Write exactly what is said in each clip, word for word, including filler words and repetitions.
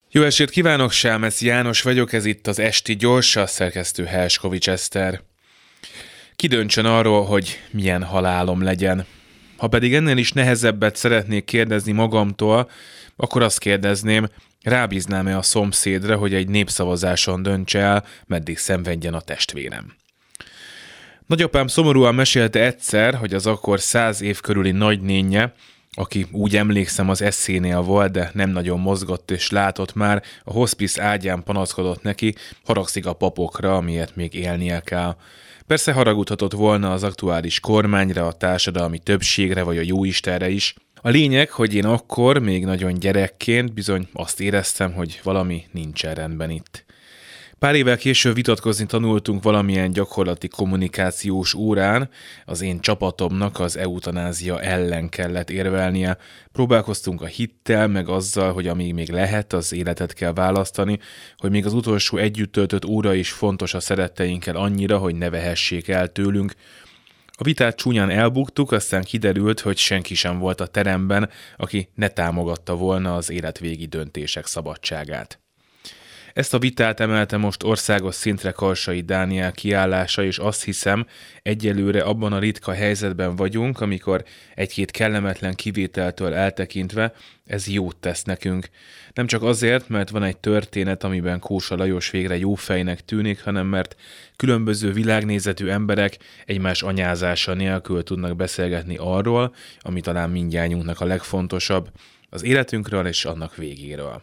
Jó estét kívánok, Sámesz János vagyok, ez itt az Esti Gyors, a szerkesztő Helskovics Eszter. Ki döntsön arról, hogy milyen halálom legyen. Ha pedig ennél is nehezebbet szeretnék kérdezni magamtól, akkor azt kérdezném, rábíznám-e a szomszédra, hogy egy népszavazáson döntse el, meddig szenvedjen a testvérem. Nagyapám szomorúan mesélte egyszer, hogy az akkor száz év körüli nagynénje, aki úgy emlékszem az eszénél volt, de nem nagyon mozgott és látott már, a hospice ágyán panaszkodott neki, haragszik a papokra, amiért még élnie kell. Persze haragudhatott volna az aktuális kormányra, a társadalmi többségre vagy a jóistenre is. A lényeg, hogy én akkor, még nagyon gyerekként bizony azt éreztem, hogy valami nincsen rendben itt. Pár évvel később vitatkozni tanultunk valamilyen gyakorlati kommunikációs órán, az én csapatomnak az eutanázia ellen kellett érvelnie. Próbálkoztunk a hittel, meg azzal, hogy amíg még lehet, az életet kell választani, hogy még az utolsó együtt töltött óra is fontos a szeretteinkkel annyira, hogy ne vehessék el tőlünk. A vitát csúnyán elbuktuk, aztán kiderült, hogy senki sem volt a teremben, aki ne támogatta volna az életvégi döntések szabadságát. Ezt a vitát emelte most országos szintre Karsai Dániel kiállása, és azt hiszem, egyelőre abban a ritka helyzetben vagyunk, amikor egy-két kellemetlen kivételtől eltekintve ez jót tesz nekünk. Nem csak azért, mert van egy történet, amiben Kósa Lajos végre jó fejnek tűnik, hanem mert különböző világnézetű emberek egymás anyázása nélkül tudnak beszélgetni arról, ami talán mindnyájunknak a legfontosabb, az életünkről és annak végéről.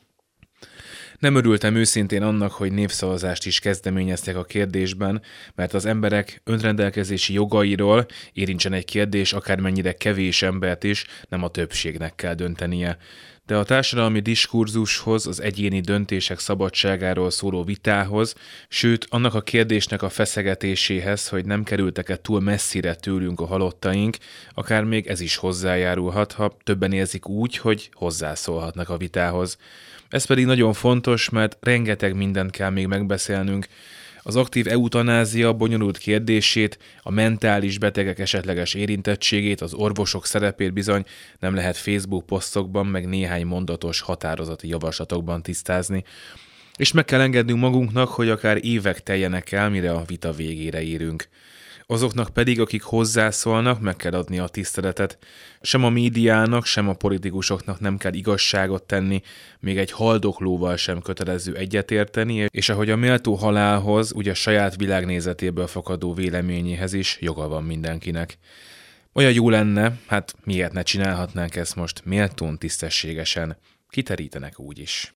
Nem örültem őszintén annak, hogy népszavazást is kezdeményeztek a kérdésben, mert az emberek önrendelkezési jogairól érintsen egy kérdés, akármennyire kevés embert is, nem a többségnek kell döntenie. De a társadalmi diskurzushoz, az egyéni döntések szabadságáról szóló vitához, sőt annak a kérdésnek a feszegetéséhez, hogy nem kerültek-e túl messzire tőlünk a halottaink, akár még ez is hozzájárulhat, ha többen érzik úgy, hogy hozzászólhatnak a vitához. Ez pedig nagyon fontos, mert rengeteg mindent kell még megbeszélnünk. Az aktív eutanázia bonyolult kérdését, a mentális betegek esetleges érintettségét, az orvosok szerepét bizony nem lehet Facebook posztokban, meg néhány mondatos határozati javaslatokban tisztázni. És meg kell engednünk magunknak, hogy akár évek teljenek el, mire a vita végére érünk. Azoknak pedig, akik hozzászólnak, meg kell adni a tiszteletet. Sem a médiának, sem a politikusoknak nem kell igazságot tenni, még egy haldoklóval sem kötelező egyetérteni, és ahogy a méltó halálhoz, ugye a saját világnézetéből fakadó véleményéhez is joga van mindenkinek. Olyan jó lenne, hát miért ne csinálhatnánk ezt most méltón, tisztességesen, kiterítenek úgyis.